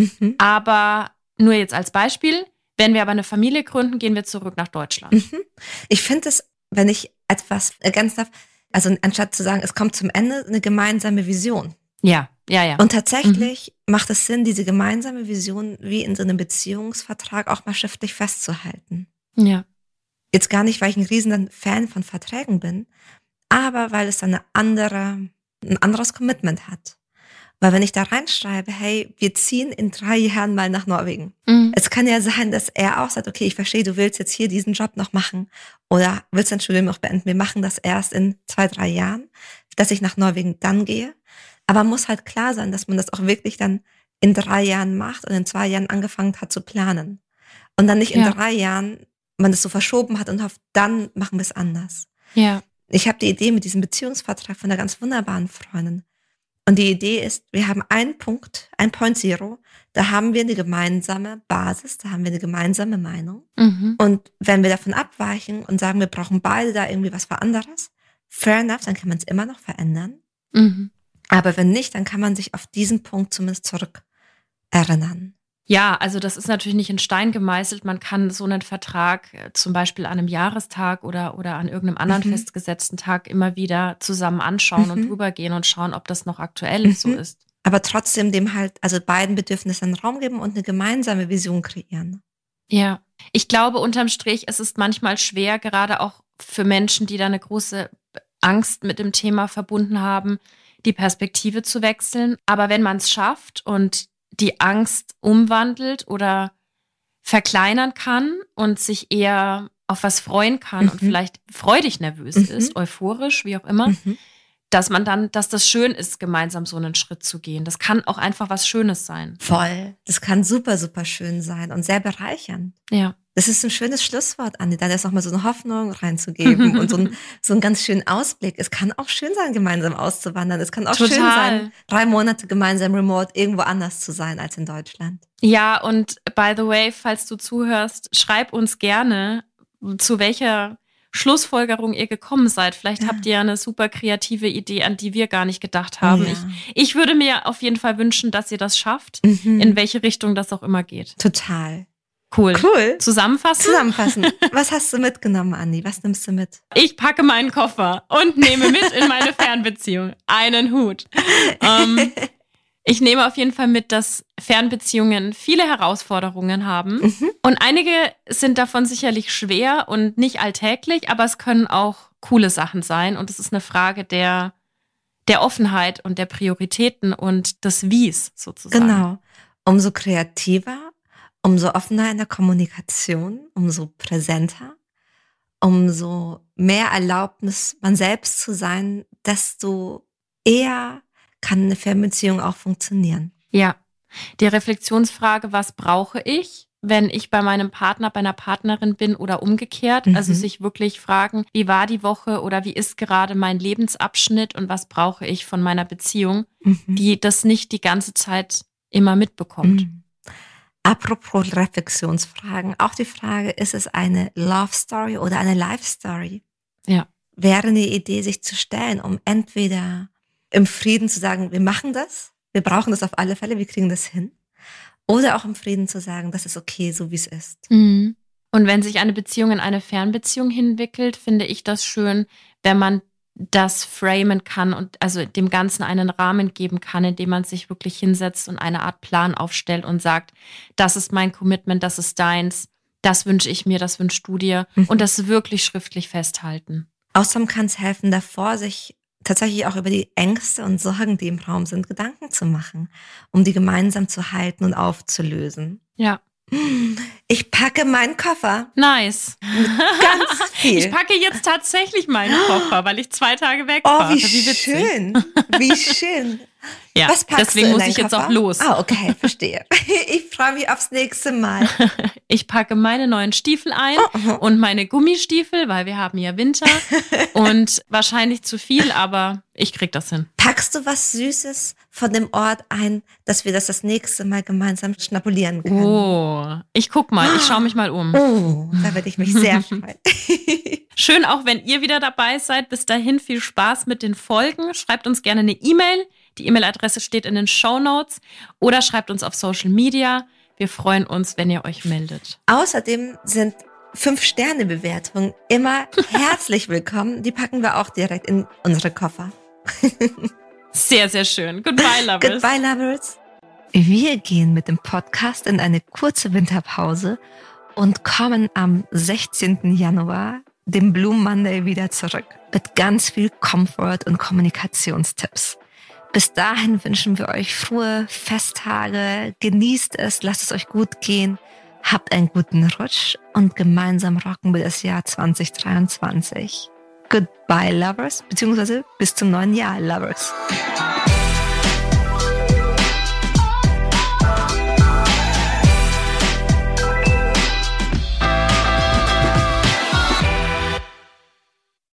aber nur jetzt als Beispiel, wenn wir aber eine Familie gründen, gehen wir zurück nach Deutschland. Ich finde es, wenn ich etwas ergänzen darf, also anstatt zu sagen, es kommt zum Ende, eine gemeinsame Vision. Ja. Und tatsächlich macht es Sinn, diese gemeinsame Vision wie in so einem Beziehungsvertrag auch mal schriftlich festzuhalten. Ja. Jetzt gar nicht, weil ich ein riesen Fan von Verträgen bin, aber weil es dann ein anderes Commitment hat. Weil wenn ich da reinschreibe, hey, wir ziehen in 3 Jahren mal nach Norwegen. Es kann ja sein, dass er auch sagt, okay, ich verstehe, du willst jetzt hier diesen Job noch machen oder willst dein Studium noch beenden. Wir machen das erst in 2, 3 Jahren, dass ich nach Norwegen dann gehe. Aber muss halt klar sein, dass man das auch wirklich dann in 3 Jahren macht und in 2 Jahren angefangen hat zu planen. Und dann nicht in 3 Jahren man das so verschoben hat und hofft, dann machen wir es anders. Ja. Ich habe die Idee mit diesem Beziehungsvertrag von einer ganz wunderbaren Freundin. Und die Idee ist, wir haben einen Punkt, ein Point Zero, da haben wir eine gemeinsame Basis, da haben wir eine gemeinsame Meinung. Und wenn wir davon abweichen und sagen, wir brauchen beide da irgendwie was für anderes, fair enough, dann kann man es immer noch verändern. Aber wenn nicht, dann kann man sich auf diesen Punkt zumindest zurück erinnern. Ja, also das ist natürlich nicht in Stein gemeißelt. Man kann so einen Vertrag zum Beispiel an einem Jahrestag oder an irgendeinem anderen festgesetzten Tag immer wieder zusammen anschauen und drüber gehen und schauen, ob das noch aktuell so ist. Aber trotzdem dem halt, also beiden Bedürfnissen Raum geben und eine gemeinsame Vision kreieren. Ja, ich glaube, unterm Strich, es ist manchmal schwer, gerade auch für Menschen, die da eine große Angst mit dem Thema verbunden haben, die Perspektive zu wechseln. Aber wenn man es schafft und die Angst umwandelt oder verkleinern kann und sich eher auf was freuen kann und vielleicht freudig nervös ist, euphorisch, wie auch immer, dass das schön ist, gemeinsam so einen Schritt zu gehen. Das kann auch einfach was Schönes sein. Voll. Das kann super, super schön sein und sehr bereichernd. Ja. Das ist ein schönes Schlusswort, Andi, da ist nochmal so eine Hoffnung reinzugeben und so einen ganz schönen Ausblick. Es kann auch schön sein, gemeinsam auszuwandern. Es kann auch schön sein, 3 Monate gemeinsam remote irgendwo anders zu sein als in Deutschland. Ja, und by the way, falls du zuhörst, schreib uns gerne, zu welcher Schlussfolgerung ihr gekommen seid. Vielleicht habt ihr eine super kreative Idee, an die wir gar nicht gedacht haben. Ja. Ich würde mir auf jeden Fall wünschen, dass ihr das schafft, in welche Richtung das auch immer geht. Total. Cool. Zusammenfassen. Was hast du mitgenommen, Andi? Was nimmst du mit? Ich packe meinen Koffer und nehme mit in meine Fernbeziehung einen Hut. Ich nehme auf jeden Fall mit, dass Fernbeziehungen viele Herausforderungen haben. Und einige sind davon sicherlich schwer und nicht alltäglich, aber es können auch coole Sachen sein. Und es ist eine Frage der Offenheit und der Prioritäten und des Wies sozusagen. Genau. Umso kreativer, umso offener in der Kommunikation, umso präsenter, umso mehr Erlaubnis, man selbst zu sein, desto eher kann eine Fernbeziehung auch funktionieren. Ja, die Reflexionsfrage, was brauche ich, wenn ich bei meinem Partner, bei einer Partnerin bin oder umgekehrt? Also sich wirklich fragen, wie war die Woche oder wie ist gerade mein Lebensabschnitt und was brauche ich von meiner Beziehung, die das nicht die ganze Zeit immer mitbekommt. Apropos Reflexionsfragen, auch die Frage, ist es eine Love Story oder eine Life Story? Ja. Wäre eine Idee, sich zu stellen, um entweder im Frieden zu sagen, wir machen das, wir brauchen das auf alle Fälle, wir kriegen das hin. Oder auch im Frieden zu sagen, das ist okay, so wie es ist. Und wenn sich eine Beziehung in eine Fernbeziehung hinwickelt, finde ich das schön, wenn man das framen kann und also dem Ganzen einen Rahmen geben kann, indem man sich wirklich hinsetzt und eine Art Plan aufstellt und sagt, das ist mein Commitment, das ist deins, das wünsche ich mir, das wünschst du dir und das wirklich schriftlich festhalten. Außerdem kann es helfen, davor sich tatsächlich auch über die Ängste und Sorgen, die im Raum sind, Gedanken zu machen, um die gemeinsam zu halten und aufzulösen. Ja. Ich packe meinen Koffer. Nice. Ganz viel. Ich packe jetzt tatsächlich meinen Koffer, weil ich 2 Tage weg war. war. Wie schön. Wie schön. Ja, was packst deswegen du in muss ich deinen jetzt Koffer? auch los. Ah, okay, verstehe. Ich freue mich aufs nächste Mal. Ich packe meine neuen Stiefel ein und meine Gummistiefel, weil wir haben ja Winter und wahrscheinlich zu viel, aber ich krieg das hin. Packst du was Süßes von dem Ort ein, dass wir das nächste Mal gemeinsam schnabulieren können? Oh, ich guck mal, ich schaue mich mal um. Oh, da würde ich mich sehr freuen. Schön auch, wenn ihr wieder dabei seid. Bis dahin viel Spaß mit den Folgen. Schreibt uns gerne eine E-Mail. Die E-Mail-Adresse steht in den Shownotes oder schreibt uns auf Social Media. Wir freuen uns, wenn ihr euch meldet. Außerdem sind 5-Sterne-Bewertungen immer herzlich willkommen. Die packen wir auch direkt in unsere Koffer. Sehr, sehr schön. Goodbye, Lovers. Goodbye, Lovers. Wir gehen mit dem Podcast in eine kurze Winterpause und kommen am 16. Januar, dem Blue Monday, wieder zurück. Mit ganz viel Comfort und Kommunikationstipps. Bis dahin wünschen wir euch frohe Festtage. Genießt es, lasst es euch gut gehen. Habt einen guten Rutsch und gemeinsam rocken wir das Jahr 2023. Goodbye, Lovers, beziehungsweise bis zum neuen Jahr, Lovers.